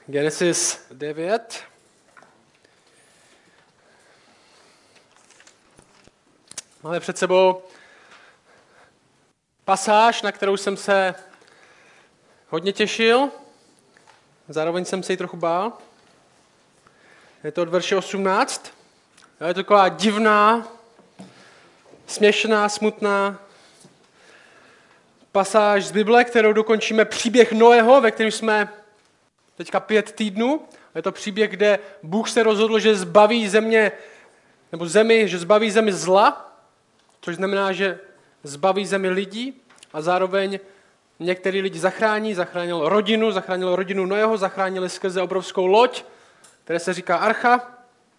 Genesis 9. Máme před sebou pasáž, na kterou jsem se hodně těšil, zároveň jsem se jí trochu bál. Je to od verše 18. Je to taková divná, směšná, smutná pasáž z Bible, kterou dokončíme příběh Noého, ve kterém jsme teďka 5 týdnů. Je to příběh, kde Bůh se rozhodl, že zbaví země, nebo zemi, že zbaví zemi zla, což znamená, že zbaví zemi lidí a zároveň některý lidi zachránil rodinu Noého, zachránili skrze obrovskou loď, které se říká Archa.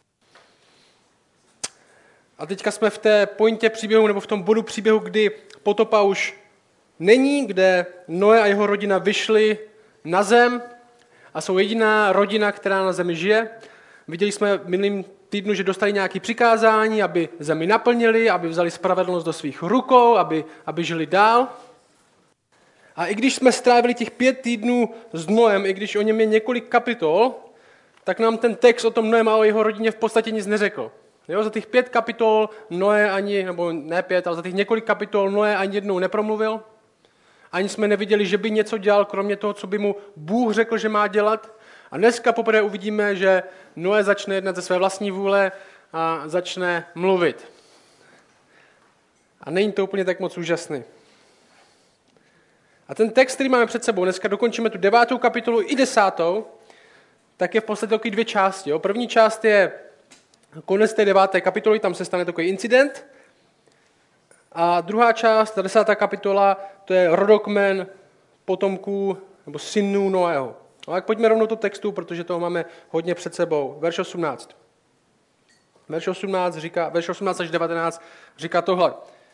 A teďka jsme v té pointě příběhu, nebo v tom bodu příběhu, kdy potopa už není, kde Noé a jeho rodina vyšli na zem a jsou jediná rodina, která na zemi žije. Viděli jsme v minulým týdnu, že dostali nějaké přikázání, aby zemi naplnili, aby vzali spravedlnost do svých rukou, aby žili dál. A i když jsme strávili těch 5 týdnů s Noem, i když o něm je několik kapitol, tak nám ten text o tom Noem a o jeho rodině v podstatě nic neřekl. Jo, za těch 5 kapitol Noé ani, nebo ne 5, ale za těch několik kapitol Noé ani jednou nepromluvil. Ani jsme neviděli, že by něco dělal, kromě toho, co by mu Bůh řekl, že má dělat. A dneska poprvé uvidíme, že Noé začne jednat ze své vlastní vůle a začne mluvit. A není to úplně tak moc úžasný. A ten text, který máme před sebou, dneska dokončíme tu 9. kapitolu i 10., tak je v podstatě takový 2 části. Jo. První část je konec té 9. kapitoly, tam se stane takový incident. A druhá část, ta 10. kapitola, to je rodokmen potomků nebo synů Noého. No tak pojďme rovnou do textu, protože toho máme hodně před sebou. Verš 18. Verš 18 až 19 říká tohle.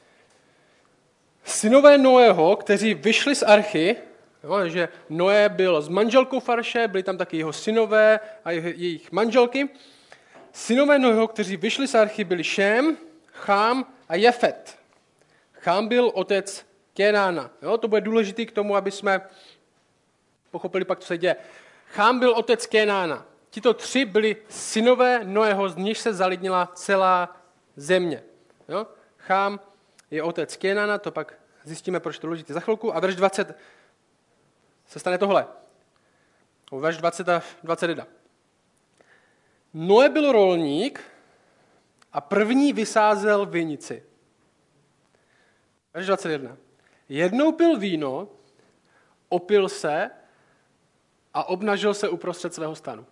Synové Noého, kteří vyšli z archy, jo, že Noé byl s manželkou Farše, byli tam taky jeho synové a jejich manželky. Synové Noého, kteří vyšli z archy, byli Šém, Chám a Jefet. Chám byl otec Kénána. Jo, to bude důležitý k tomu, aby jsme pochopili pak, co se děje. Chám byl otec Kénána. Tito 3 byli synové Noého, z níž se zalidnila celá země. Jo? Chám je otec Kénána, to pak zjistíme, proč to důležité za chvilku. A verš 20 se stane tohle. Verš 20 a 21. Noé byl rolník a první vysázel vinici. Verš 21. Jednou pil víno, opil se a obnažil se uprostřed svého stanu.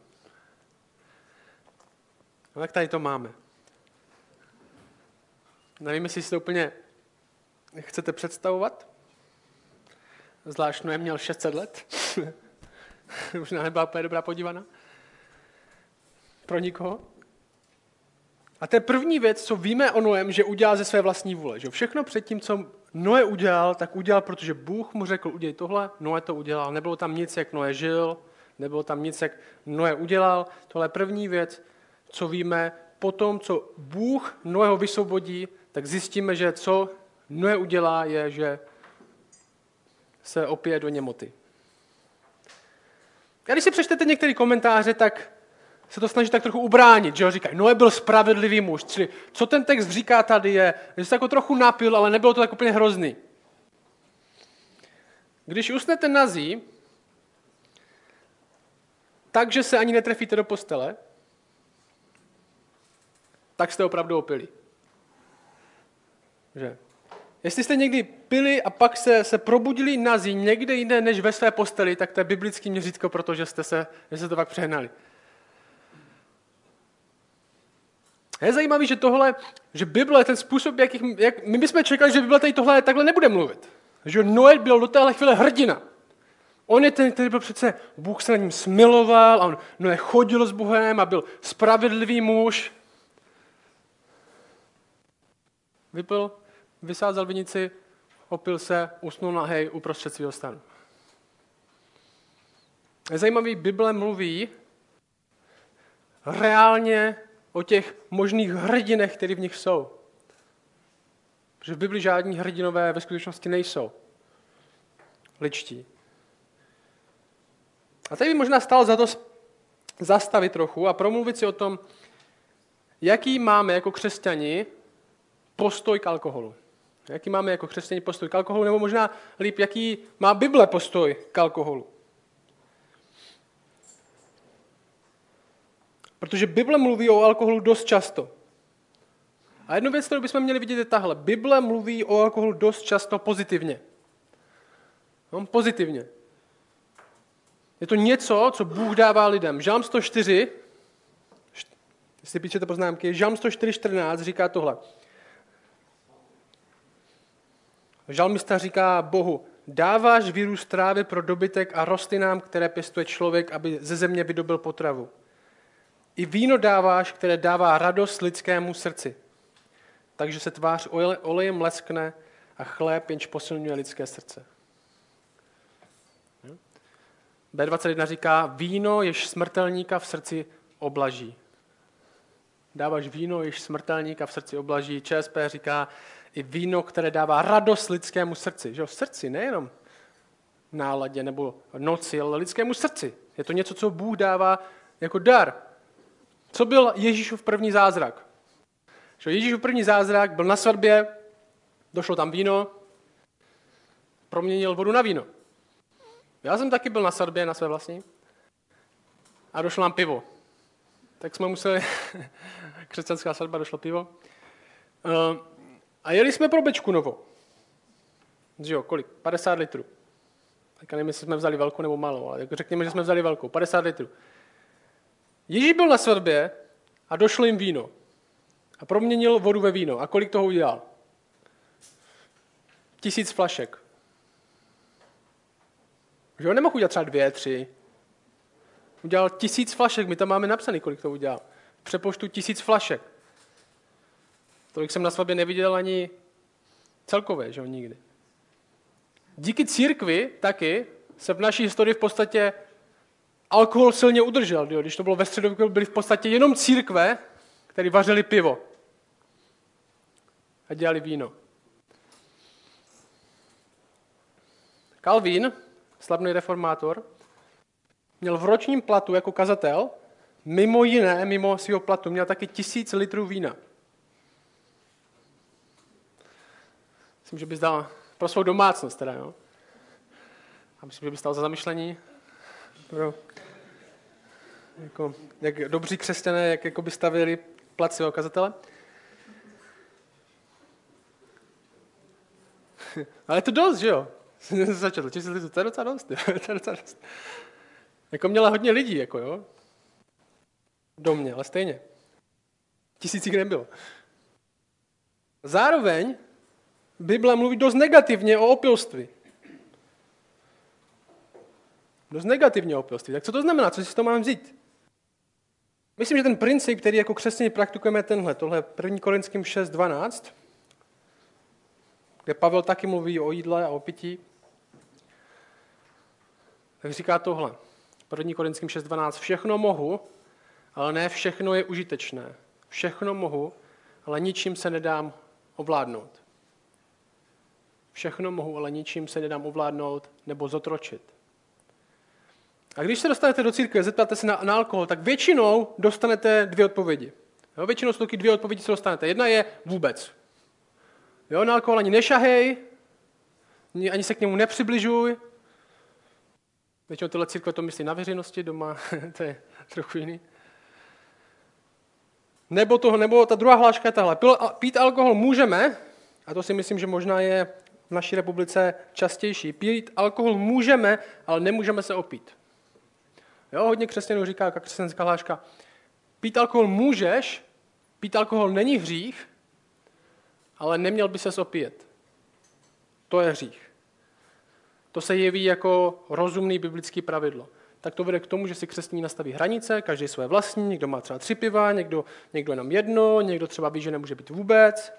No tak tady to máme. Nevím, jestli si to úplně chcete představovat. Zvlášť Noé měl 600 let. Možná nebyla úplně dobrá podívaná. Pro nikoho. A to je první věc, co víme o Noém, že udělal ze své vlastní vůle. Že všechno předtím, co Noé udělal, tak udělal, protože Bůh mu řekl, udělej tohle, Noé to udělal. Nebylo tam nic, jak Noé žil, nebylo tam nic, jak Noé udělal. Tohle je první věc, co víme. Potom, co Bůh Noého vysvobodí, tak zjistíme, že co Noé udělá, je, že se opije do němoty. A když si přečtete některé komentáře, tak se to snaží tak trochu ubránit, že ho říkají, Noé byl spravedlivý muž. Čili co ten text říká tady je, že se jako trochu napil, ale nebylo to tak úplně hrozný. Když usnete nazí, takže se ani netrefíte do postele, tak jste opravdu opili. Že? Jestli jste někdy pili a pak se probudili nazí někde jinde než ve své posteli, tak to je biblický měřítko, protože jste to pak přehnali. Je zajímavý, že Bible je ten způsob, jak my bychom čekali, že Bible tady tohle takhle nebude mluvit. Že Noé byl do téhle chvíle hrdina. On je ten, který byl přece, Bůh se na ním smiloval, a on Noé chodil s Bohem a byl spravedlivý muž. Vypil, vysázel vinici, opil se, usnul nahej uprostřed svého stanu. Je zajímavý, Bible mluví reálně o těch možných hrdinech, které v nich jsou. Protože v Bibli žádní hrdinové ve skutečnosti nejsou. Ličtí. A tady by možná stalo za to zastavit trochu a promluvit si o tom, jaký máme jako křesťani postoj k alkoholu. Jaký máme jako křesťani postoj k alkoholu, nebo možná líp, jaký má Bible postoj k alkoholu. Protože Bible mluví o alkoholu dost často. A jednu věc, kterou bychom měli vidět, je tahle. Bible mluví o alkoholu dost často pozitivně. No, pozitivně. Je to něco, co Bůh dává lidem. Žalm 104, jestli píšete poznámky, Žalm 104:14 říká tohle. Žalmista říká Bohu, dáváš vyrůst trávy pro dobytek a rostlinám, které pěstuje člověk, aby ze země vydobil potravu. I víno dáváš, které dává radost lidskému srdci. Takže se tvář olejem leskne a chléb jenž posilňuje lidské srdce. B21 říká, víno jež smrtelníka v srdci oblaží. Dáváš víno jež smrtelníka v srdci oblaží. ČSP říká, i víno, které dává radost lidskému srdci. Že? V srdci, nejenom v náladě nebo v noci, ale lidskému srdci. Je to něco, co Bůh dává jako dar. Co byl Ježíšův první zázrak? Že Ježíšův první zázrak byl na svatbě, došlo tam víno, proměnil vodu na víno. Já jsem taky byl na svatbě, na své vlastní, a došlo nám pivo. Tak jsme museli, křesťanská svatba, došlo pivo. A jeli jsme pro Bečku novou. Jo, kolik? 50 litrů. Tak nevím, jestli jsme vzali velkou nebo malou, ale řekněme, že jsme vzali velkou. 50 litrů. Ježíš byl na svatbě a došlo jim víno. A proměnil vodu ve víno. A kolik toho udělal? 1000 flašek. Že on nemohl udělat třeba 2, 3. Udělal 1000 flašek. My tam máme napsaný, kolik to udělal. V přepočtu 1000 flašek. Tolik jsem na svatbě neviděl ani celkově, že jo, nikdy. Díky církvi taky se v naší historii v podstatě alkohol silně udržel. Jo? Když to bylo ve středověku, byly v podstatě jenom církve, které vařily pivo a dělali víno. Calvin, slavný reformátor, měl v ročním platu jako kazatel, mimo jiné, mimo svého platu, měl taky 1000 litrů vína. Myslím, že by zdal pro svou domácnost teda, jo. A myslím, že by stál za zamyšlení. Jako, jak dobří křesťané, jak jako by stavěli plat svého kazatele. Ale je to dost, že jo? Začal, 1000 litrů, to je docela dost. To je docela dost. Jako měla hodně lidí, jako jo. V domě, ale stejně. 1000 jich nebylo. Zároveň Bible mluví dost negativně o opilství. Dost negativně o opilství. Tak co to znamená? Co si to mám vzít? Myslím, že ten princip, který jako křesťané praktikujeme, tohle 1. Korinským 6:12, kde Pavel taky mluví o jídle a o pití, tak říká tohle. 1. Korinským 6:12. Všechno mohu, ale ne všechno je užitečné. Všechno mohu, ale ničím se nedám ovládnout. Všechno mohu, ale ničím se nedám ovládnout nebo zotročit. A když se dostanete do církve, zeptáte se na alkohol, tak většinou dostanete 2 odpovědi. Jo, většinou jsou taky 2 odpovědi, co dostanete. Jedna je vůbec. Jo, na alkohol ani nešahej, ani se k němu nepřibližuj. Většinou tyhle církve to myslí na veřejnosti, doma to je trochu jiný. Nebo ta druhá hláška je tahle. Pít alkohol můžeme, a to si myslím, že možná je v naší republice častější. Pít alkohol můžeme, ale nemůžeme se opít. Jo, hodně křesťanů říká, jako křesťanská hláška, pít alkohol můžeš, pít alkohol není hřích, ale neměl by ses opíjet. To je hřích. To se jeví jako rozumný biblický pravidlo. Tak to vede k tomu, že si křesťané nastaví hranice, každý své vlastní, někdo má třeba 3 piva, někdo jenom 1, někdo třeba ví, že nemůže být vůbec.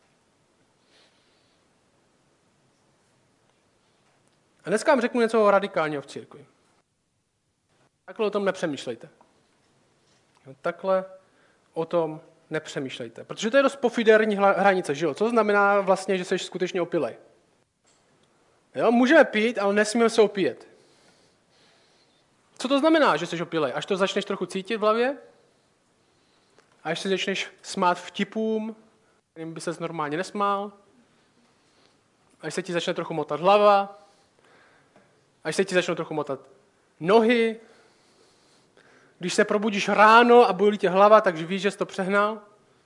A dneska vám řeknu něco radikálního v církvi. Takhle o tom nepřemýšlejte. Takhle o tom nepřemýšlejte. Protože to je dost pofidérní hranice, že jo? Co znamená vlastně, že jsi skutečně opilej? Jo, můžeme pít, ale nesmíme se opíjet. co to znamená, že jsi opilej? Až to začneš trochu cítit v hlavě? Až se začneš smát vtipům, kterým by ses normálně nesmál? Až se ti začne trochu motat hlava? Až se ti začnou trochu motat nohy? Když se probudíš ráno a bolí tě hlava, tak víš, že jsi to přehnal?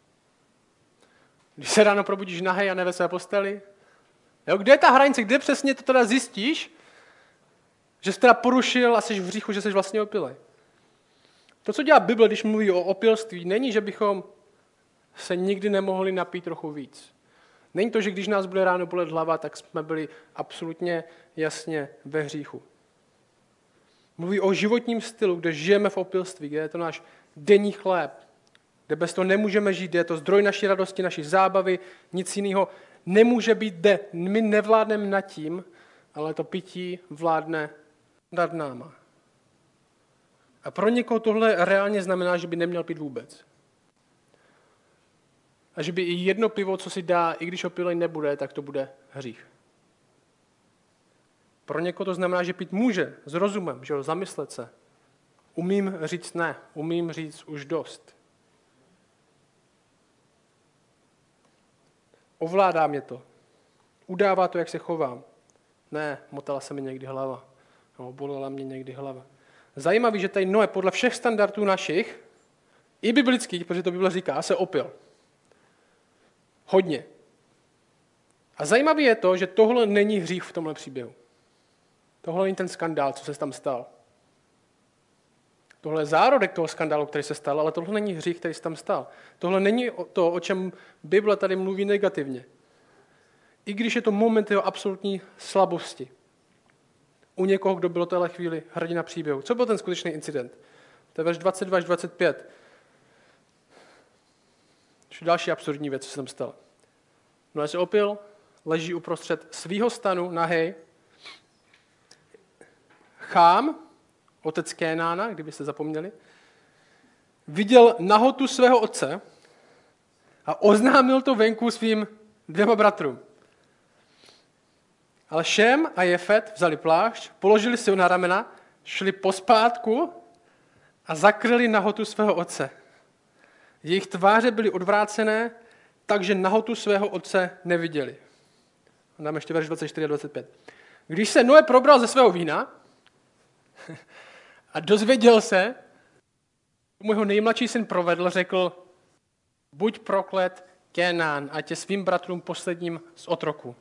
Když se ráno probudíš nahej a ne ve své posteli? Jo, kde je ta hranice? Kde přesně to teda zjistíš, že jsi teda porušil a jsi v hříchu, že jsi vlastně opilej? To, co dělá Bible, když mluví o opilství, není, že bychom se nikdy nemohli napít trochu víc. Není to, že když nás bude ráno bolet hlava, tak jsme byli absolutně jasně ve hříchu. Mluví o životním stylu, kde žijeme v opilství, kde je to náš denní chléb, kde bez toho nemůžeme žít, kde je to zdroj naší radosti, naší zábavy, nic jiného nemůže být, kde my nevládneme nad tím, ale to pití vládne nad náma. A pro někoho tohle reálně znamená, že by neměl pít vůbec. A že by i jedno pivo, co si dá, i když opilej nebude, tak to bude hřích. Pro někoho to znamená, že pít může s rozumem, že jo, zamyslet se. Umím říct ne, umím říct už dost. Ovládá mě to. Udává to, jak se chovám. Ne, motala se mi někdy hlava. No, bolela mě někdy hlava. Zajímavý, že tady Noé podle všech standardů našich, i biblických, protože to Bible říká, se opil. Hodně. A zajímavý je to, že tohle není hřích v tomhle příběhu. Tohle není ten skandál, co se tam stal. Tohle je zárodek toho skandálu, který se stal, ale tohle není hřích, který se tam stal. Tohle není to, o čem Bible tady mluví negativně. I když je to moment jeho absolutní slabosti. U někoho, kdo byl v téhle chvíli hrdina příběhu. Co byl ten skutečný incident? To je verš 22 až 25. Další absurdní věc, co se tam stalo. Noé se opil, leží uprostřed svýho stanu, nahej. Chám, otec Kénána, kdybyste zapomněli, viděl nahotu svého otce a oznámil to venku svým 2 bratrům. Ale Šem a Jefet vzali plášť, položili si ho na ramena, šli pospátku a zakryli nahotu svého otce. Jejich tváře byly odvrácené, takže nahotu svého otce neviděli. Dáme ještě verš 24 a 25. Když se Noé probral ze svého vína a dozvěděl se, mu jeho nejmladší syn provedl, řekl, buď proklet Kénán, ať je svým bratrům posledním z otroků.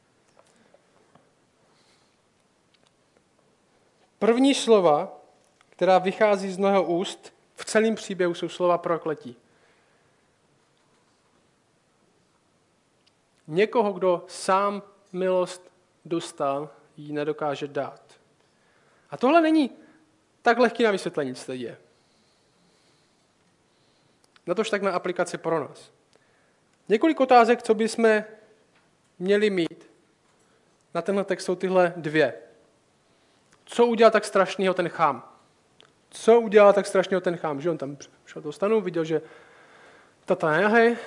První slova, která vychází z Noého úst v celém příběhu, jsou slova prokletí. Někoho, kdo sám milost dostal, ji nedokáže dát. A tohle není tak lehký na vysvětlení, co tady je. Natož tak na aplikaci pro nás. Několik otázek, co bychom měli mít na tenhle text, jsou tyhle 2. Co udělal tak strašného ten Chám? Co udělal tak strašného ten Chám? Že on tam šel do stanu, viděl, že tata je nahej.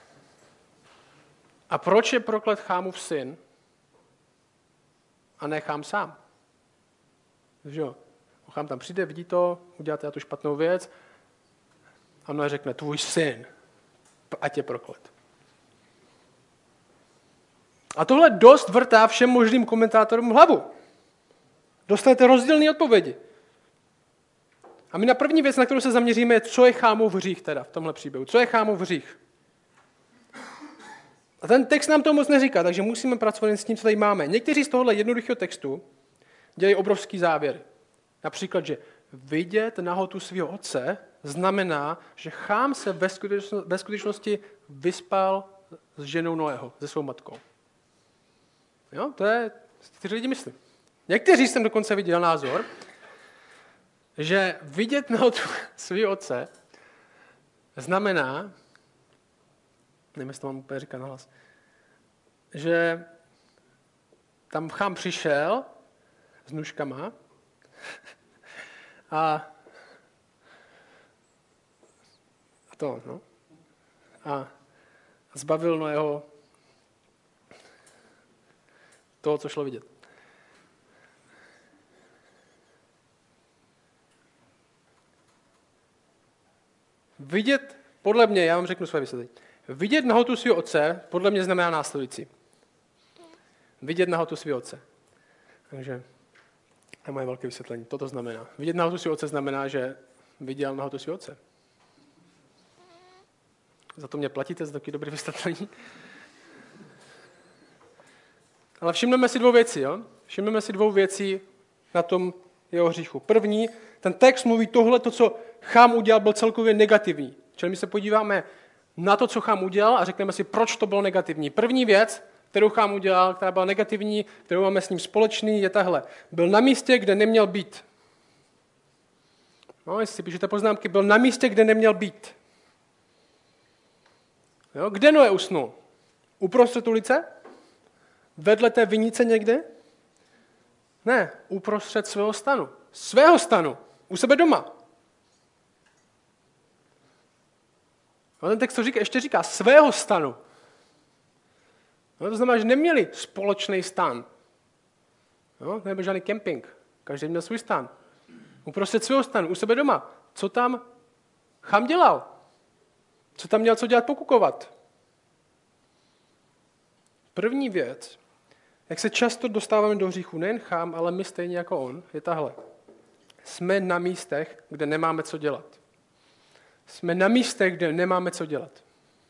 A proč je proklet Chámův syn a ne Chám sám? Že jo? Chám tam přijde, vidí to, udělá tu špatnou věc a Noé řekne, tvůj syn, ať je proklet. A tohle dost vrtá všem možným komentátorům hlavu. Dostanete rozdílné odpovědi. A my na první věc, na kterou se zaměříme, je, co je Chámův hřích teda v tomhle příběhu. Co je Chámův hřích? A ten text nám to moc neříká, takže musíme pracovat s tím, co tady máme. Někteří z tohohle jednoduchého textu dělají obrovský závěry. Například, že vidět nahotu svého otce znamená, že Chám se ve skutečnosti vyspal s ženou Noého, se svou matkou. Jo, to je, ty lidi myslí. Někteří jsem dokonce viděl názor, že vidět nahotu svého otce znamená, nevím, jestli to mám úplně říkat nahlas, že tam Chám přišel s nůžkama a zbavil Noého toho, co šlo vidět. Vidět, podle mě, já vám řeknu své vysvětlení. Vidět nahotu svého otce, podle mě znamená následující. Vidět nahotu svého otce. Takže to je moje velké vysvětlení. Toto znamená. Vidět nahotu svého otce znamená, že viděl nahotu svého otce. Za to mě platíte, za taky dobré vysvětlení. Ale všimneme si dvou věcí. Jo? Všimneme si dvou věcí na tom jeho hříchu. První, ten text mluví tohle, to, co Chám udělal, byl celkově negativní. Čili my se podíváme na to, co Chám udělal a řekneme si, proč to bylo negativní. První věc, kterou Chám udělal, která byla negativní, kterou máme s ním společný, je tahle. Byl na místě, kde neměl být. No, jestli si píšete poznámky, byl na místě, kde neměl být. Jo? Kde Noé usnul? Uprostřed ulice? Vedle té vinice někde? Ne, uprostřed svého stanu. Svého stanu. U sebe doma. No, ten text to ještě říká svého stanu. No, to znamená, že neměli společný stan. No, to nebyl žádný kemping. Každý měl svůj stan. Uprostřed svého stanu, u sebe doma. Co tam Chám dělal? Co tam měl co dělat, pokukovat? První věc, jak se často dostáváme do hříchu, nejen Chám, ale my stejně jako on, je tahle. Jsme na místech, kde nemáme co dělat. Jsme na místech, kde nemáme co dělat.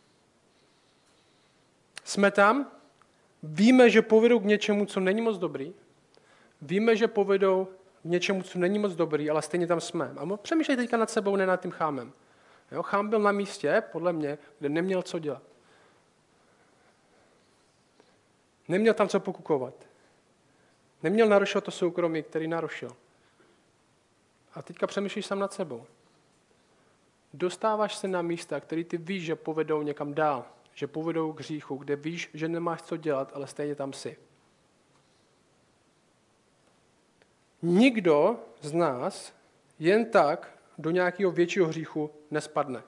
Jsme tam, víme, že povedou k něčemu, co není moc dobrý. Víme, že povedou k něčemu, co není moc dobrý, ale stejně tam jsme. A přemýšlej teďka nad sebou, ne nad tím Chámem. Jo, Chám byl na místě, podle mě, kde neměl co dělat. Neměl tam co pokukovat. Neměl narušovat to soukromí, který narušil. A teďka přemýšlíš sám nad sebou. Dostáváš se na místa, který ty víš, že povedou někam dál, že povedou k hříchu, kde víš, že nemáš co dělat, ale stejně tam jsi. Nikdo z nás jen tak do nějakého většího hříchu nespadne.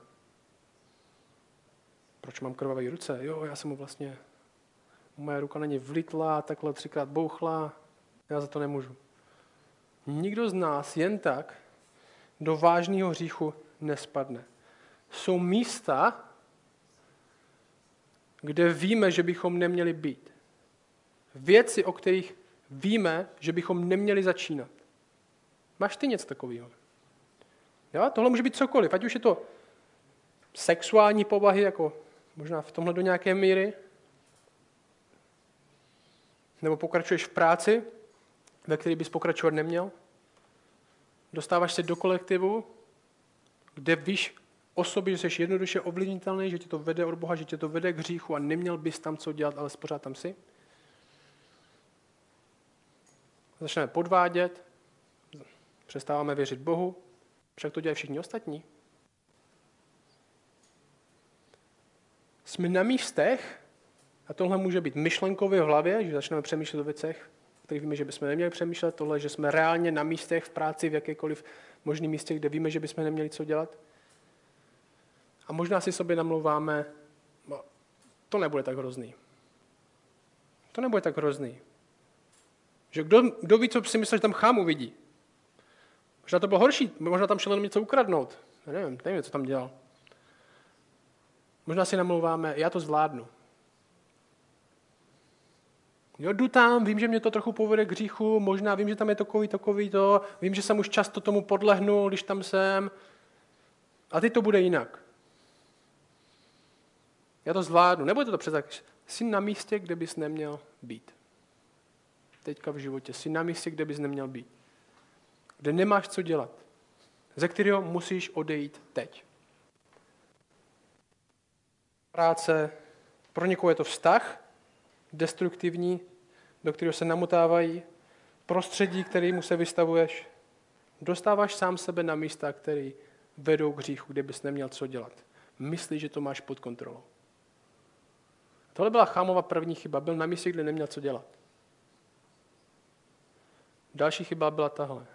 Proč mám krvavé ruce? Jo, já jsem mu vlastně... Moje ruka není vlitla, takhle 3krát bouchla, já za to nemůžu. Nikdo z nás jen tak do vážného hříchu nespadne. Jsou místa, kde víme, že bychom neměli být. Věci, o kterých víme, že bychom neměli začínat. Máš ty něco takového? Jo? Tohle může být cokoliv, ať už je to sexuální povahy, jako možná v tomhle do nějaké míry, nebo pokračuješ v práci, ve které bys pokračovat neměl. Dostáváš se do kolektivu, kde víš o sobě, že jsi jednoduše ovlivnitelný, že tě to vede od Boha, že tě to vede k hříchu a neměl bys tam co dělat, ale pořád tam jsi. Začneme podvádět, přestáváme věřit Bohu, však to dělají všichni ostatní. Jsme na místech, a tohle může být myšlenkově v hlavě, že začneme přemýšlet o věcech, o kterých víme, že bychom neměli přemýšlet, tohle, že jsme reálně na místech, v práci, v jakékoliv možném místě, kde víme, že bychom neměli co dělat. A možná si sobě namlouváme, no, to nebude tak hrozný. To nebude tak hrozný. Že kdo ví, co si myslel, že tam Chám uvidí? Možná to bylo horší, možná tam šel jenom něco ukradnout. Já nevím, co tam dělal. Možná si namlouváme, já to zvládnu. Jo, jdu tam, vím, že mě to trochu povede k hříchu, možná vím, že tam je takový to, vím, že jsem už často tomu podlehnul, když tam jsem. A teď to bude jinak. Já to zvládnu. Nebude to přes tak. Jsi na místě, kde bys neměl být. Teďka v životě. Jsi na místě, kde bys neměl být. Kde nemáš co dělat. Ze kterého musíš odejít teď. Práce. Pro někoho je to vztah destruktivní, do kterého se namotávají, prostředí, kterému se vystavuješ. Dostáváš sám sebe na místa, které vedou k hříchu, kde bys neměl co dělat. Myslíš, že to máš pod kontrolou. Tohle byla Chámova první chyba. Byl na místě, kde neměl co dělat. Další chyba byla tahle.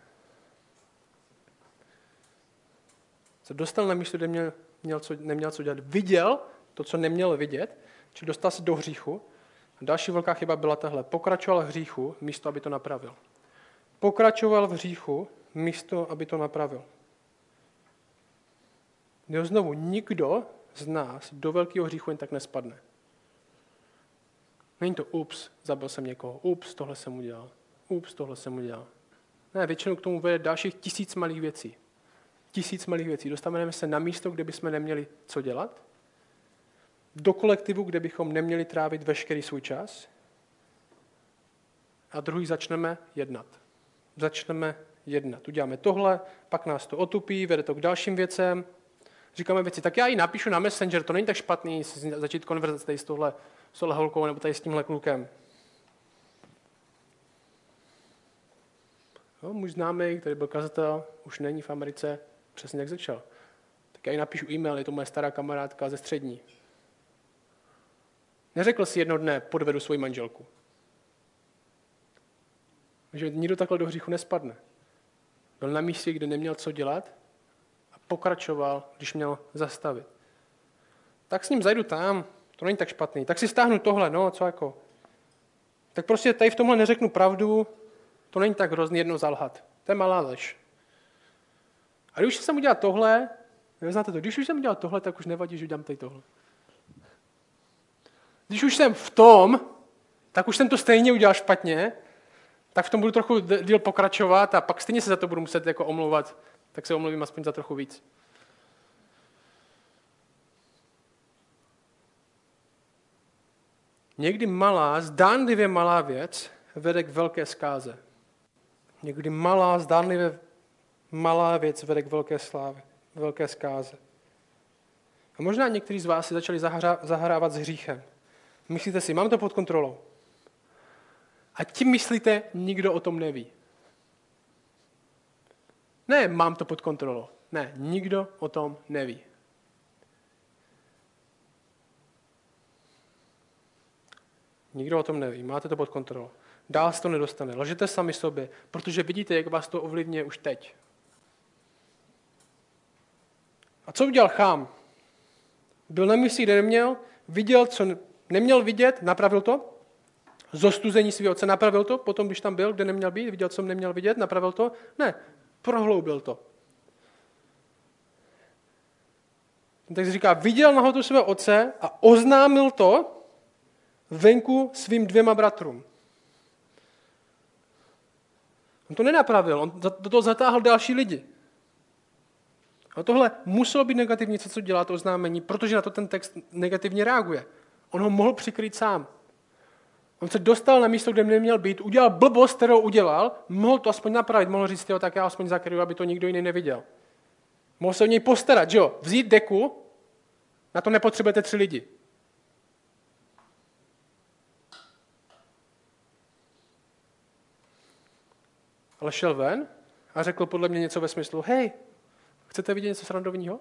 Se dostal na místo, kde neměl co dělat. Viděl to, co neměl vidět, či dostal se do hříchu. A další velká chyba byla tahle. Pokračoval v hříchu, místo, aby to napravil. Pokračoval v hříchu, místo, aby to napravil. Jo, znovu, nikdo z nás do velkého hříchu jen tak nespadne. Není to ups, zabil jsem někoho, ups, tohle jsem udělal, ups, tohle jsem udělal. Ne, většinou k tomu vede dalších 1000 malých věcí. 1000 malých věcí. Dostaneme se na místo, kde bychom neměli co dělat, do kolektivu, kde bychom neměli trávit veškerý svůj čas, a druhý začneme jednat. Začneme jednat. Uděláme tohle, pak nás to otupí, vede to k dalším věcem. Říkáme věci, tak já ji napíšu na Messenger, to není tak špatný začít konverzaci tady s tohle holkou nebo tady s tímhle klukem. No, můj známý, který byl kazatel, už není v Americe, přesně jak začal. Tak já jí napíšu e-mail, je to moje stará kamarádka ze střední. Neřekl si jednoho dne, podvedu svoji manželku. Že nikdo takhle do hříchu nespadne. Byl na místě, kde neměl co dělat a pokračoval, když měl zastavit. Tak s ním zajdu tam, to není tak špatný. Tak si stáhnu tohle, no, co jako. Tak prostě tady v tomhle neřeknu pravdu, to není tak hrozný jedno zalhat. To je malá lež. A když jsem udělal tohle, neznáte to, když už jsem udělal tohle, tak už nevadí, že udělám tady tohle. Když už jsem v tom, tak už jsem to stejně udělal špatně, tak v tom budu trochu díl pokračovat a pak stejně se za to budu muset jako omlouvat, tak se omluvím aspoň za trochu víc. Někdy malá, zdánlivě malá věc vede k velké zkáze. Někdy malá, zdánlivě malá věc vede k velké zkáze. A možná někteří z vás si začali zahrávat s hříchem. Myslíte si, mám to pod kontrolou. A tím myslíte, nikdo o tom neví. Ne, mám to pod kontrolou. Ne, nikdo o tom neví. Nikdo o tom neví, máte to pod kontrolou. Dál se to nedostane. Lžete sami sobě, protože vidíte, jak vás to ovlivňuje už teď. A co udělal Chám? Byl na místě, kde neměl, viděl, co neměl vidět, napravil to. Zostuzení svého otce, napravil to. Potom, když tam byl, kde neměl být, viděl, co neměl vidět, napravil to. Ne, prohloubil to. Tak se říká, viděl nahotu svého otce a oznámil to venku svým 2 bratrům. On to nenapravil, on do toho zatáhl další lidi. A tohle muselo být negativní, co dělá to oznámení, protože na to ten text negativně reaguje. On ho mohl přikrýt sám. On se dostal na místo, kde neměl být, udělal blbost, kterou udělal, mohl to aspoň napravit, mohl říct, tak já aspoň zakryju, aby to nikdo jiný neviděl. Mohl se o něj postarat, že jo? Vzít deku, na to nepotřebujete 3 lidi. Ale šel ven a řekl podle mě něco ve smyslu, hej, chcete vidět něco srandovního?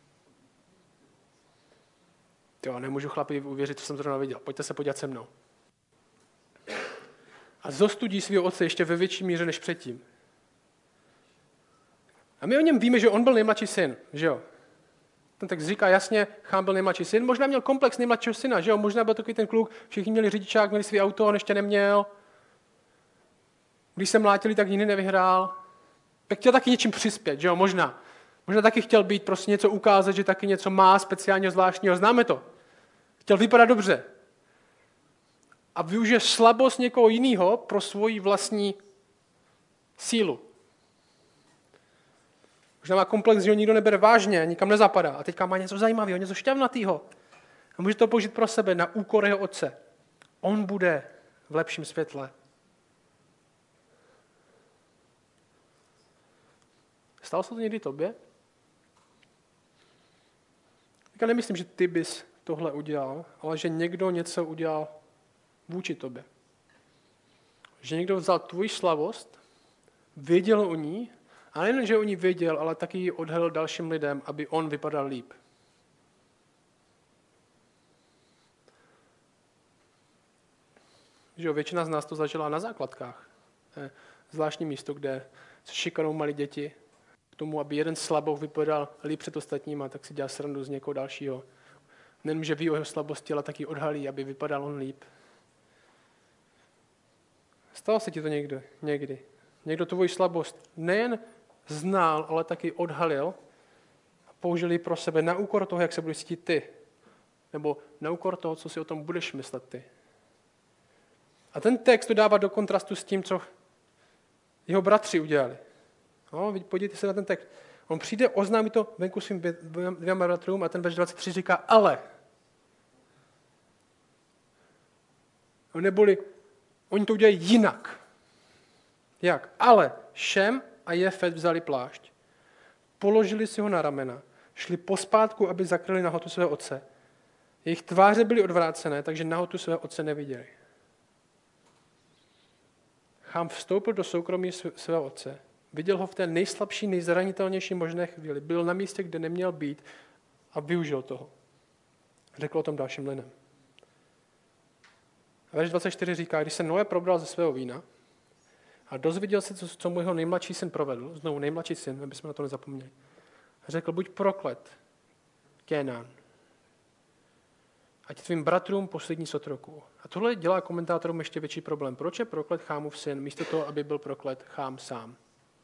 Jo, nemůžu chlapi uvěřit, co jsem zrovna viděl. Pojďte se podívat se mnou. A zostudí svého otce ještě ve větší míře než předtím. A my o něm víme, že on byl nejmladší syn, že jo? Ten text říká jasně, Chám byl nejmladší syn, možná měl komplex nejmladšího syna, že jo? Možná byl takový ten kluk, všichni měli řidičák, měli svý auto, on ještě neměl. Když se mlátili, tak nikdy nevyhrál. Tak chtěl taky něčím přispět, že jo? Možná. Možná taky chtěl být, prostě něco ukázat, že taky něco má speciálního, zvláštního. Známe to. Chtěl vypadat dobře. A využije slabost někoho jiného pro svoji vlastní sílu. Možná má komplex, že ho nikdo nebere vážně, nikam nezapadá. A teďka má něco zajímavého, něco šťavnatého. A může to použít pro sebe na úkor jeho otce. On bude v lepším světle. Stalo se to někdy tobě? Já nemyslím, že ty bys tohle udělal, ale že někdo něco udělal vůči tobě. Že někdo vzal tvoji slavost, věděl o ní, a nejen, že o ní věděl, ale taky ji odhalil dalším lidem, aby on vypadal líp. Že jo, většina z nás to zažila na základkách. Zvláštní místo, kde se šikanou malí děti, k tomu, aby jeden slabou vypadal líp před ostatníma, tak si dělá srandu z někoho dalšího. Nejen, že ví o jeho slabosti, ale taky odhalí, aby vypadal on líp. Stalo se ti to někdy? Někdo tvoji slabost nejen znal, ale taky odhalil. A použili pro sebe na úkor toho, jak se budeš cítit ty. Nebo na úkor toho, co si o tom budeš myslet ty. A ten text to dává do kontrastu s tím, co jeho bratři udělali. No, podívejte se na ten text. On přijde, oznámí to venku svým dvěma bratrům a ten verš 23 říká ale. Neboli oni to udělají jinak. Jak? Ale Šem a Jefet vzali plášť, položili si ho na ramena, šli pospátku, aby zakryli nahotu svého otce. Jejich tváře byly odvrácené, takže nahotu svého otce neviděli. Chám vstoupil do soukromí svého otce, viděl ho v té nejslabší, nejzranitelnější možné chvíli, byl na místě, kde neměl být a využil toho. Řekl o tom dalším linem. A verš 24 říká, když se Noé probral ze svého vína a dozvěděl se, co mu jeho nejmladší syn provedl, znovu nejmladší syn, aby jsme na to nezapomněli, řekl, buď proklet, Kénán, ať tvým bratrům poslední z otroků. A tohle dělá komentátorům ještě větší problém. Proč je proklet Chámův syn, místo toho, aby byl proklet Chám sám?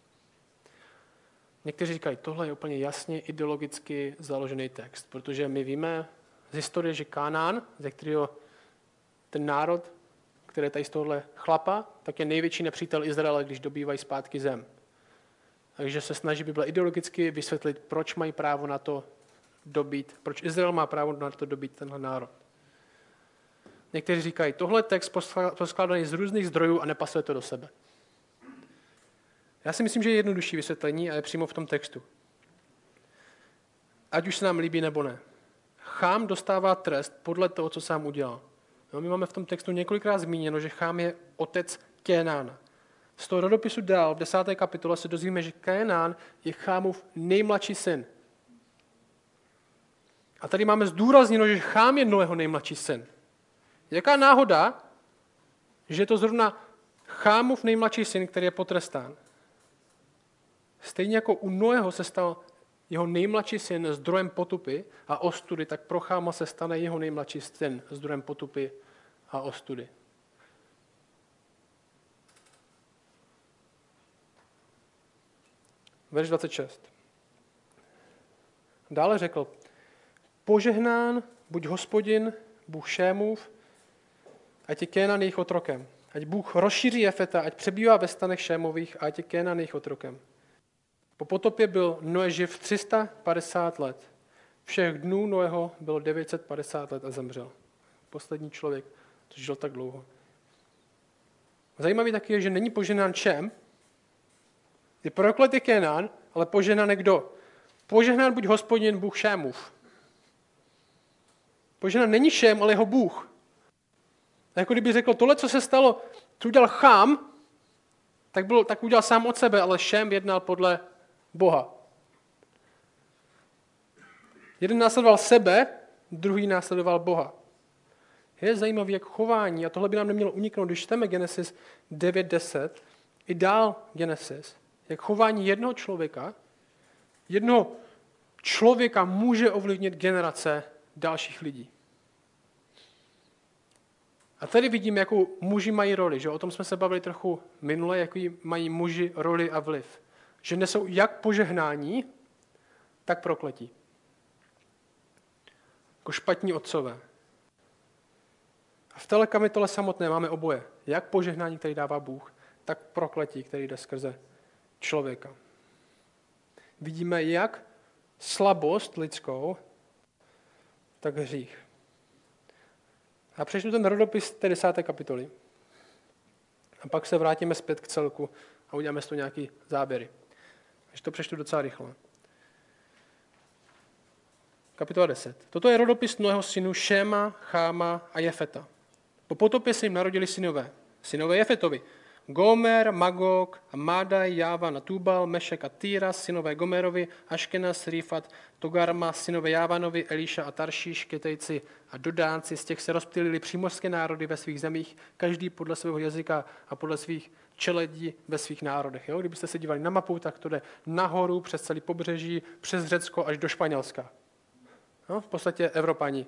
Někteří říkají, tohle je úplně jasně ideologicky založený text, protože my víme z historie, že Kanán, ze kterého ten národ, který je tady z tohohle chlapa, tak je největší nepřítel Izraele, když dobývají zpátky zem. Takže se snaží Bible ideologicky vysvětlit, proč mají právo na to dobít, proč Izrael má právo na to dobít tenhle národ. Někteří říkají, tohle je text poskládaný z různých zdrojů a nepasuje to do sebe. Já si myslím, že je jednodušší vysvětlení a je přímo v tom textu. Ať už se nám líbí nebo ne. Chám dostává trest podle toho, co sám udělal. No, my máme v tom textu několikrát zmíněno, že Chám je otec Kénána. Z toho rodopisu dál v 10. kapitole se dozvíme, že Kénán je Chámův nejmladší syn. A tady máme zdůrazněno, že Chám je Noého nejmladší syn. Jaká náhoda, že je to zrovna Chámův nejmladší syn, který je potrestán. Stejně jako u Noého se stal jeho nejmladší syn zdrojem potupy a ostudy, tak pro Cháma se stane jeho nejmladší syn zdrojem potupy a ostudy. Verš 26. Dále řekl, požehnán buď Hospodin, Bůh Šémův, ať je Kénan jejich otrokem. Ať Bůh rozšíří Jefeta, ať přebývá ve stanech Šémových a ať je Kénan jejich otrokem. Po potopě byl Noé živ 350 let. Všech dnů Noého bylo 950 let a zemřel. Poslední člověk, co žil tak dlouho. Zajímavý taky je, že není požehnán Šém, je prokletý Kénan, ale požehnán je kdo? Požehnán buď Hospodin, Bůh Šémův. Požehnán není Šém, ale jeho Bůh. A jako kdyby řekl, tohle, co se stalo, co udělal Chám, tak udělal sám od sebe, ale Šém jednal podle Boha. Jeden následoval sebe, druhý následoval Boha. Je zajímavé, jak chování, a tohle by nám nemělo uniknout, když čteme Genesis 9:10, i dál Genesis, jak chování jednoho člověka může ovlivnit generace dalších lidí. A tady vidíme, jakou muži mají roli, že o tom jsme se bavili trochu minule, jaký mají muži roli a vliv. Že nesou jak požehnání, tak prokletí. Jako špatní otcové. A v téhle kapitole samotné máme oboje. Jak požehnání, který dává Bůh, tak prokletí, který jde skrze člověka. Vidíme jak slabost lidskou, tak hřích. A přečtu ten rodopis té 10. kapitoly. A pak se vrátíme zpět k celku a uděláme z toho nějaký záběry. Takže to přečtu docela rychle. Kapitola 10. Toto je rodopis Noého synu Šéma, Cháma a Jefeta. Po potopě se jim narodili synové Jefetovi. Gomer, Magog, Mádaj, Jávan a Tubal, Mešek a Týra, synové Gomerovi, Aškenaz, Rifat, Togarma, synové Jávanovi, Elíša a Taršíš, Ketejci a Dodánci. Z těch se rozptýlili přímořské národy ve svých zemích, každý podle svého jazyka a podle svých čeledí ve svých národech. Jo? Kdybyste se dívali na mapu, tak to jde nahoru přes celý pobřeží, přes Řecko až do Španělska. No, v podstatě Evropani.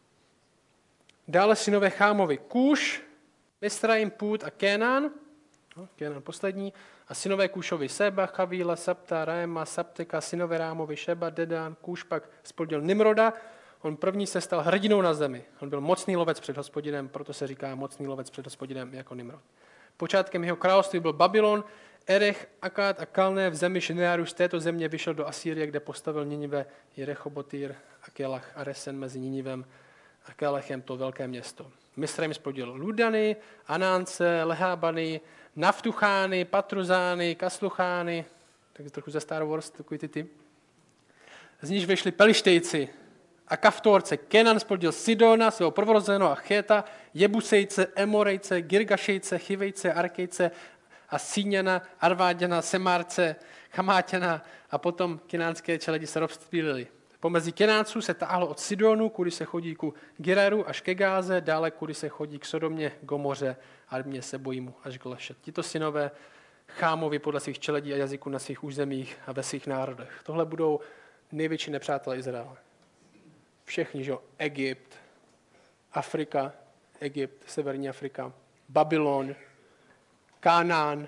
Dále synové Chámovi, Kúš, Misraim, Pút a Kénán. No, Kenan poslední. A synové Kůšovi Seba, Chavíla, Sapta, Réma, Sapteka, synové Rámovi Šeba, Dedan, Kůš pak splodil Nimroda. On první se stal hrdinou na zemi. On byl mocný lovec před Hospodinem, proto se říká mocný lovec před Hospodinem jako Nimrod. Počátkem jeho království byl Babylon, Erech, Akád a Kalné v zemi Šineáru z této země vyšel do Asýrie, kde postavil Ninive, Jerechobotýr a Kelach a Resen mezi Ninivem a Kelechem, to velké město. Misraim splodil Ludany, Anánce, Lehábany, Naftuchány, Patruzány, Kasluchány, tak trochu ze Star Wars, takový ty. Z níž vyšli Pelištejci a Kaftorce. Kenan splodil Sidona, svého prvorozeného a Chéta, Jebusejce, Emorejce, Girgašejce, Chivejce, Arkejce a Síňana, Arváďana, Semárce, Chamáťana a potom kenánské čeledi se rozptýlili. Pomezi Kenánců se táhlo od Sidonu, kudy se chodí ku Gereru až ke Gáze, dále kudy se chodí k Sodomě, Gomoře, Admě, Sebojimu až k Lešet. Tito synové Chámovi podle svých čeledí a jazyků na svých územích a ve svých národech. Tohle budou největší nepřátelé Izraele. Všichni, že jo, Egypt, Afrika, Egypt, severní Afrika, Babylon, Kanán,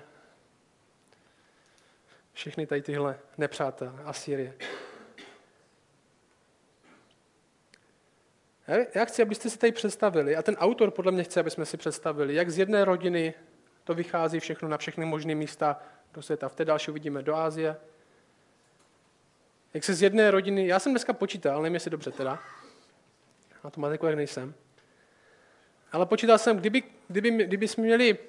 všechny tady tyhle nepřátelé, Asýrie. Já chci, abyste si tady představili, a ten autor podle mě chce, aby jsme si představili, jak z jedné rodiny to vychází všechno na všechny možné místa do světa. V té další uvidíme do Asie. Jak se z jedné rodiny, já jsem dneska počítal, nevím, jestli dobře teda, na to matematiku jak nejsem, ale počítal jsem, kdyby jsme měli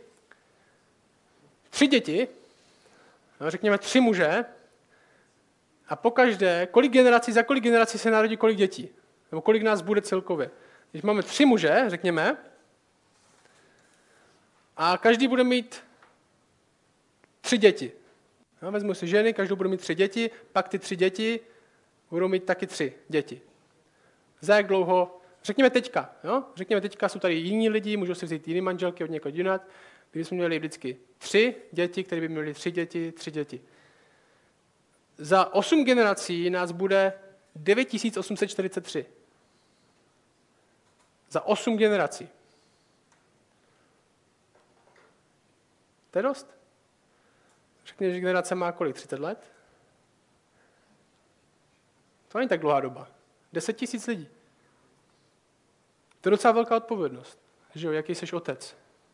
3 děti, řekněme 3 muže, a pokaždé, za kolik generací se narodí kolik dětí, nebo kolik nás bude celkově. Když máme 3 muže, řekněme, a každý bude mít 3 děti. No, vezmu si ženy, každou bude mít 3 děti, pak ty 3 děti budou mít taky 3 děti. Za jak dlouho? Řekněme teďka. Jo? Řekněme teďka, jsou tady jiní lidi, můžou si vzít jiný manželky od někoho jinak. Kdybychom měli vždycky 3 děti, které by měly 3 děti. Za 8 generací nás bude 9843. Za 8 generací. To je dost. Řekněme, že generace má kolik? 30 let? To není tak dlouhá doba. 10 000 lidí. To je docela velká odpovědnost. Že jo, jaký jsi otec?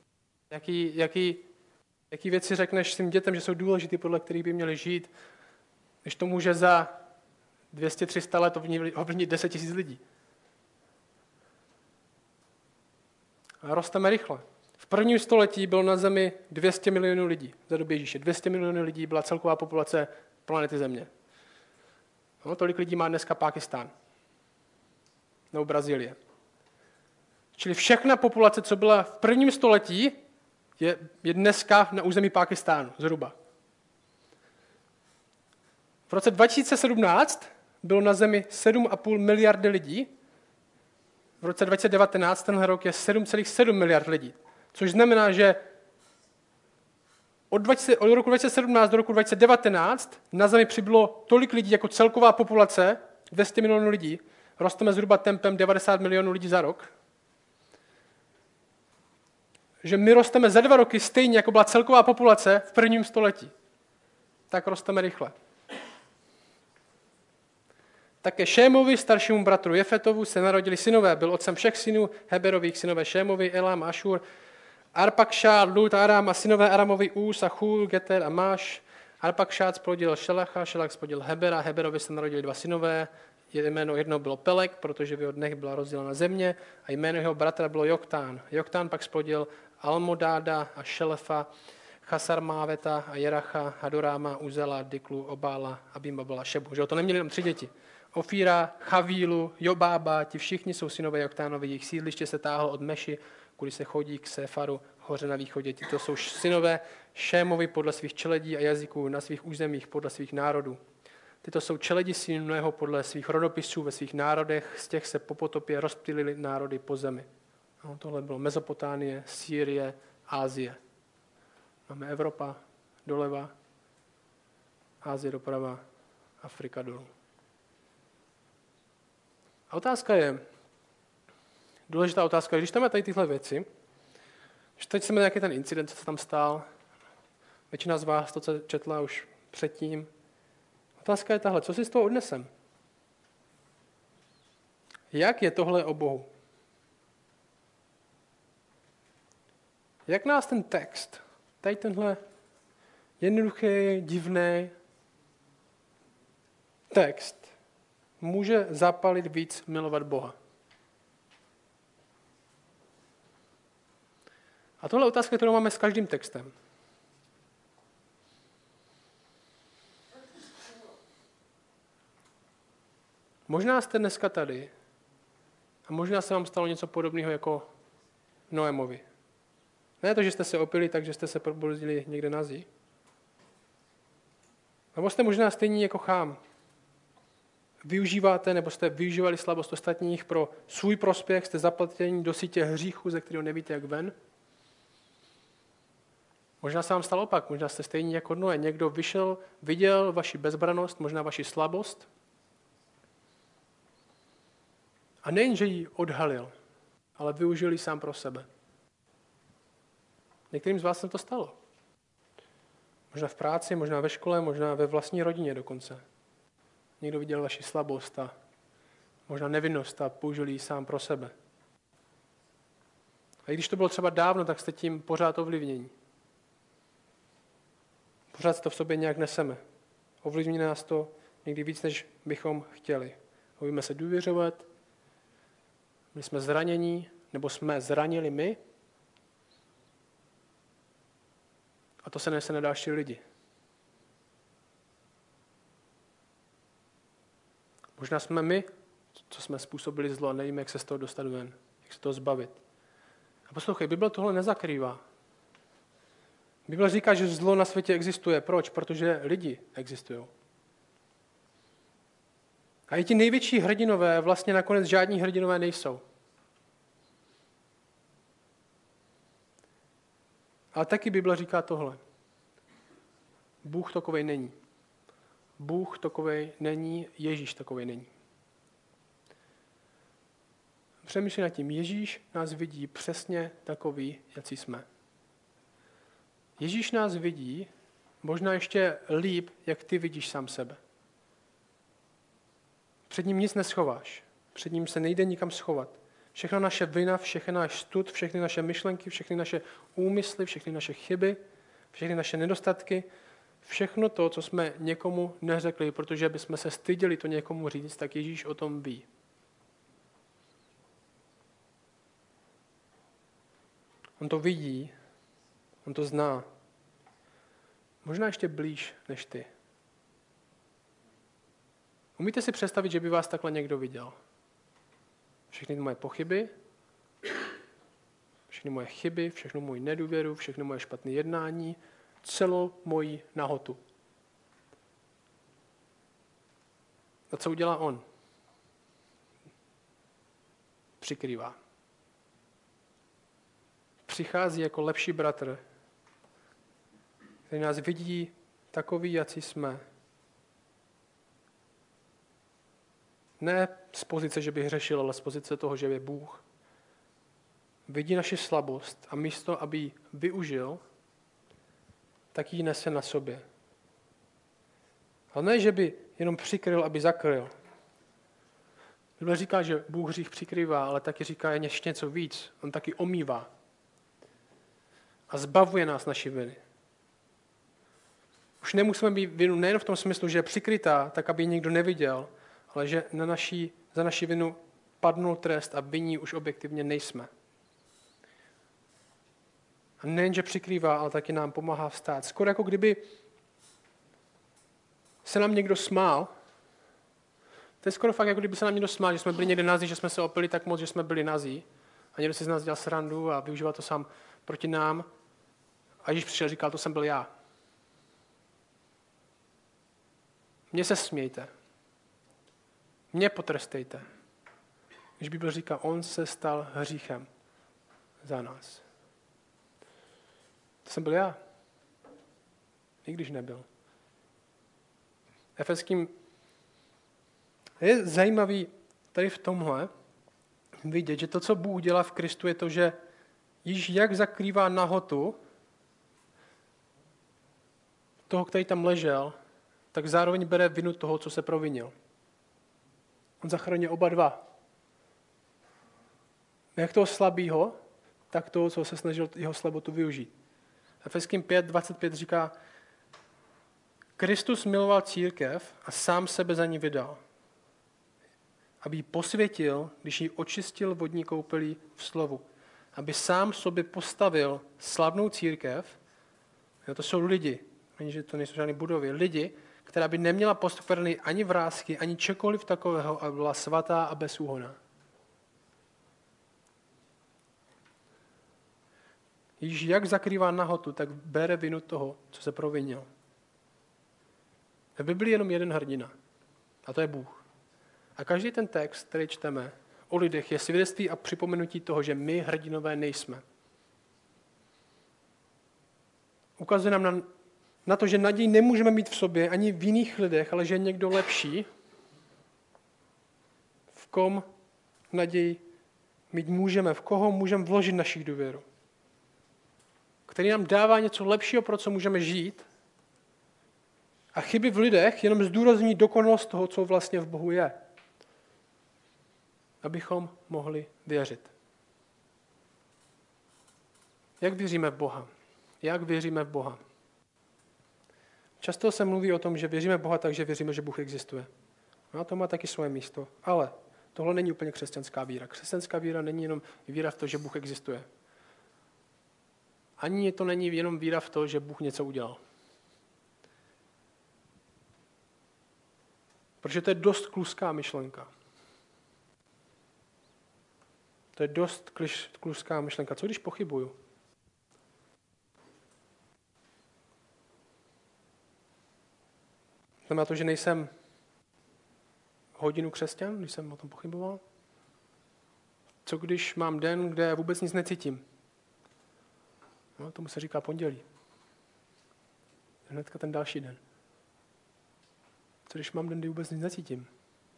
Jaký věci řekneš svým dětem, že jsou důležitý, podle kterých by měli žít, než to může za 200-300 let ovlivnit 10 000 lidí. A rosteme rychle. V prvním století bylo na zemi 200 milionů lidí za doby Ježíše. 200 milionů lidí byla celková populace planety Země. No, tolik lidí má dneska Pákistán. Nebo Brazílie. Čili všechna populace, co byla v prvním století, je dneska na území Pákistánu zhruba. V roce 2017 bylo na zemi 7,5 miliardy lidí. V roce 2019 tenhle rok je 7,7 miliard lidí. Což znamená, že od roku 2017 do roku 2019 na zemi přibylo tolik lidí jako celková populace, 200 milionů lidí. Rosteme zhruba tempem 90 milionů lidí za rok. Že my rosteme za 2 roky stejně, jako byla celková populace v prvním století. Tak rosteme rychle. Také Šémovi, staršímu bratru Jefetovu, se narodili synové. Byl otcem všech synů Heberových, synové Šémovi, Elam, Ašur, Arpakšád, Lud, Aram a synové Aramovi Ús a Chůl, Geter a Máš. Arpakšád splodil Šelacha, Šelach splodil Hebera, Heberovi se narodili 2 synové. Jméno jednoho bylo Pelek, protože v jeho dnech byla rozdělena země, a jméno jeho bratra bylo Joktán. Joktán pak splodil Almodáda a Šelefa, Chasarmáveta a Jeracha, Hadoráma, Uzela, Diklu, Obála, Abimabala, Šebu. Že to neměli jenom 3 děti. Ofíra, Chavílu, Jobába, ti všichni jsou synové Joktánovi, jejich sídliště se táhlo od Meši, kudy se chodí k Séfaru, hoře na východě. Tito jsou synové Šémovi podle svých čeledí a jazyků, na svých územích podle svých národů. Tyto jsou čeledi synů Noého podle svých rodopisů ve svých národech, z těch se po potopě rozptýlily národy po zemi. No, tohle bylo Mezopotánie, Sýrie, Ázie. Máme Evropa doleva, Ázie doprava, Afrika dolů. A otázka je, důležitá otázka, když tam je tady tyhle věci, že teď jsme nějaký ten incident, co se tam stál, Většina z vás to četla už předtím. Otázka je tahle, co si z toho odnesem? Jak je tohle o Bohu? Jak nás ten text, tady tenhle jednoduchý, divný text může zapalit víc milovat Boha? A tohle je otázka, kterou máme s každým textem. Možná jste dneska tady a možná se vám stalo něco podobného jako Noémovi. Ne to, že jste se opili, takže jste se probudili někde na zdi. Nebo jste možná stejní jako Chám. Využíváte, nebo jste využívali slabost ostatních pro svůj prospěch, jste zapleteni do sítě hříchu, ze kterého nevíte, jak ven. Možná se vám stalo opak, možná jste stejní jako Noé. Někdo vyšel, viděl vaši bezbranost, možná vaši slabost. A nejen, že ji odhalil, ale využil ji sám pro sebe. Některým z vás se to stalo. Možná v práci, možná ve škole, možná ve vlastní rodině dokonce. Někdo viděl vaši slabost a možná nevinnost a použil ji sám pro sebe. A i když to bylo třeba dávno, tak jste tím pořád ovlivnění. Pořád to v sobě nějak neseme. Ovlivní nás to někdy víc, než bychom chtěli. Umíme se důvěřovat, my jsme zranění, nebo jsme zranili my, a to se nese na další lidi. Možná jsme my, co jsme způsobili zlo a nevíme, jak se z toho dostat ven, jak se toho zbavit. A poslouchej, Bible tohle nezakrývá. Bible říká, že zlo na světě existuje. Proč? Protože lidi existují. A i ti největší hrdinové vlastně nakonec žádní hrdinové nejsou. Ale taky Bible říká tohle. Bůh takovej není. Bůh takovej není, Ježíš takovej není. Přemýšlej nad tím, Ježíš nás vidí přesně takový, jací jsme. Ježíš nás vidí možná ještě líp, jak ty vidíš sám sebe. Před ním nic neschováš. Před ním se nejde nikam schovat. Všechno naše vina, všechny náš stud, všechny naše myšlenky, všechny naše úmysly, všechny naše chyby, všechny naše nedostatky, všechno to, co jsme někomu neřekli, protože bychom se styděli to někomu říct, tak Ježíš o tom ví. On to vidí, on to zná. Možná ještě blíž než ty. Umíte si představit, že by vás takhle někdo viděl? Všechny moje pochyby, všechny moje chyby, všechnu moji nedůvěru, všechno moje špatné jednání, celou moji nahotu. A co udělá on? Přikrývá. Přichází jako lepší bratr, který nás vidí takový, jací jsme. Ne z pozice, že by hřešil, ale z pozice toho, že je Bůh. Vidí naši slabost a místo, aby ji využil, tak ji nese na sobě. Ale ne, že by jenom přikryl, aby zakryl. Bible říká, že Bůh hřích přikrývá, ale taky říká ještě něco víc. On taky omývá. A zbavuje nás naší viny. Už nemusíme být vinu nejen v tom smyslu, že je přikrytá, tak aby ji nikdo neviděl, ale že za naši vinu padnul trest a vinní už objektivně nejsme. A nejen, že přikrývá, ale taky nám pomáhá vstát. Skoro jako kdyby se nám někdo smál. To je skoro fakt, jako kdyby se nám někdo smál, že jsme byli někde nazí, že jsme se opili tak moc, že jsme byli nazí. A někdo si z nás dělal srandu a využíval to sám proti nám. A Ježíš přišel a říkal, to jsem byl já. Mně se smějte. Mě potrestejte. Když Bible říká, on se stal hříchem za nás. To jsem byl já. I když nebyl. Efeským je zajímavý tady v tomhle vidět, že to, co Bůh dělá v Kristu, je to, že již jak zakrývá nahotu, toho, který tam ležel, tak zároveň bere vinu toho, co se provinil. On zachraňuje oba dva. Jak toho slabýho, tak toho, co se snažil jeho slabotu využít. Efeským 5:25 říká, Kristus miloval církev a sám sebe za ní vydal, aby ji posvětil, když ji očistil vodní koupelí v slovu. Aby sám sobě postavil slavnou církev, to jsou lidi, ani že to nejsou žádné budovy, lidi, která by neměla poskvrny ani vrásky, ani čekoliv takového, aby byla svatá a bezúhonná. Ježíš jak zakrývá nahotu, tak bere vinu toho, co se provinil. V Biblii je jenom jeden hrdina, a to je Bůh. A každý ten text, který čteme o lidech, je svědectví a připomenutí toho, že my hrdinové nejsme. Ukazuje nám na to, že naději nemůžeme mít v sobě ani v jiných lidech, ale že je někdo lepší, v kom naději mít můžeme, v koho můžeme vložit naši důvěru. Který nám dává něco lepšího, pro co můžeme žít. A chyby v lidech jenom zdůrazní dokonalost toho, co vlastně v Bohu je. Abychom mohli věřit. Jak věříme v Boha? Jak věříme v Boha? Často se mluví o tom, že věříme v Boha tak, že věříme, že Bůh existuje. No a to má taky svoje místo. Ale tohle není úplně křesťanská víra. Křesťanská víra není jenom víra v to, že Bůh existuje. Ani to není jenom víra v to, že Bůh něco udělal. Protože to je dost kluská myšlenka. To je dost kluská myšlenka. Co když pochybuju? Znamená to, že nejsem hodinu křesťan, když jsem o tom pochyboval? Co když mám den, kde vůbec nic necítím? No, tomu se říká pondělí. Hnedka ten další den. Co když mám den, kdy vůbec nic necítím?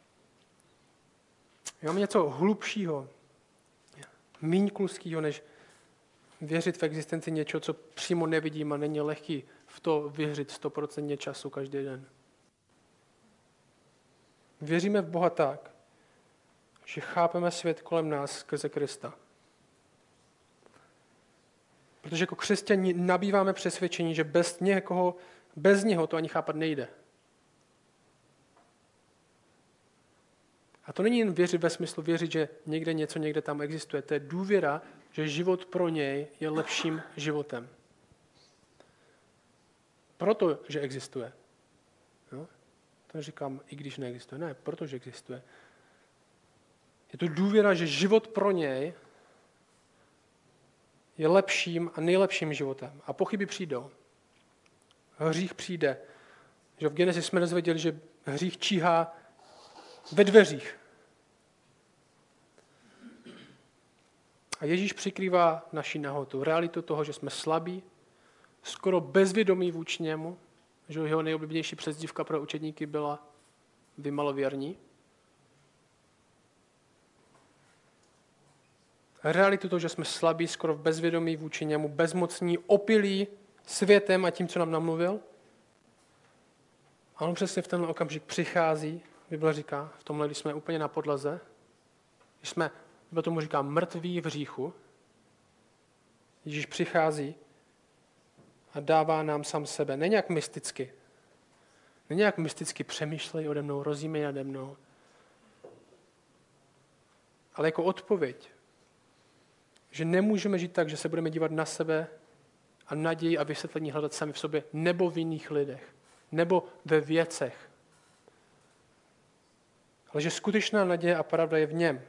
Já mám něco hlubšího, míň kluskýho, než věřit v existenci něčeho, co přímo nevidím a není lehký v to věřit 100% času každý den. Věříme v Boha tak, že chápeme svět kolem nás skrze Krista. Protože jako křesťané nabýváme přesvědčení, že bez něho to ani chápat nejde. A to není jen věřit ve smyslu věřit, že někde něco někde tam existuje. To je důvěra, že život pro něj je lepším životem. Proto, že existuje. Jo? To neříkám, i když neexistuje. Ne, protože existuje. Je to důvěra, že život pro něj je lepším a nejlepším životem. A pochyby přijdou. Hřích přijde. Že v Genesis jsme dozvěděli, že hřích číhá ve dveřích. A Ježíš přikrývá naši nahotu, realitu toho, že jsme slabí, skoro bezvědomí vůči němu, že jeho nejoblíbenější přezdívka pro učedníky byla vy malověrní. Realitu toho, že jsme slabí, skoro bezvědomí vůči němu, bezmocní, opilí světem a tím, co nám namluvil. A on přesně v tenhle okamžik přichází, Bible říká, v tomhle, když jsme úplně na podlaze, když jsme, Bible tomu říká, mrtví v hříchu, Ježíš přichází a dává nám sám sebe. Ne nějak mysticky. Ne nějak mysticky přemýšlej ode mnou, rozjímej nade mnou. Ale jako odpověď, že nemůžeme žít tak, že se budeme dívat na sebe a naději a vysvětlení hledat sami v sobě, nebo v jiných lidech, nebo ve věcech. Ale že skutečná naděje a pravda je v něm.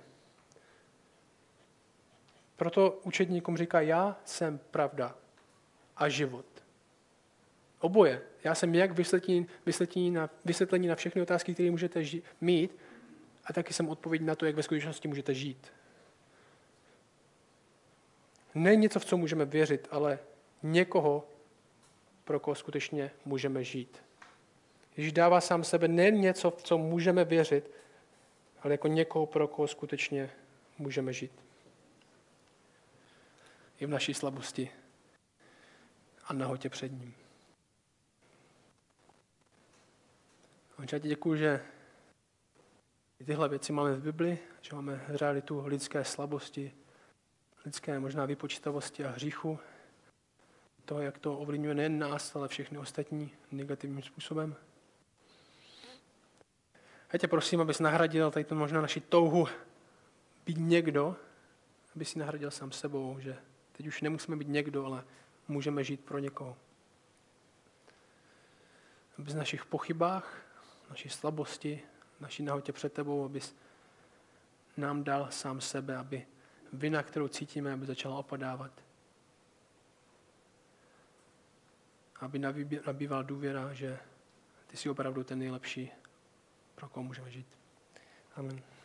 Proto učedníkům říká, já jsem pravda a život. Oboje. Já jsem jak vysvětlení na všechny otázky, které můžete mít, a taky jsem odpověď na to, jak ve skutečnosti můžete žít. Ne něco, v co můžeme věřit, ale někoho, pro koho skutečně můžeme žít. Ježíš dává sám sebe nejen něco, v co můžeme věřit, ale jako někoho, pro koho skutečně můžeme žít. I v naší slabosti a nahotě před ním. Já ti děkuju, že i tyhle věci máme v Bibli, že máme realitu lidské slabosti, lidské možná vypočítavosti a hříchu, toho, jak to ovlivňuje nejen nás, ale všechny ostatní negativním způsobem. Já tě prosím, abys nahradil tady to možná naši touhu být někdo, aby si nahradil sám sebou, že teď už nemusíme být někdo, ale můžeme žít pro někoho. Aby z našich pochybách, naší slabosti, naší nahotě před tebou, abys nám dal sám sebe, aby vina, kterou cítíme, aby začala opadávat. Aby nabývala důvěra, že ty jsi opravdu ten nejlepší, pro koho můžeme žít. Amen.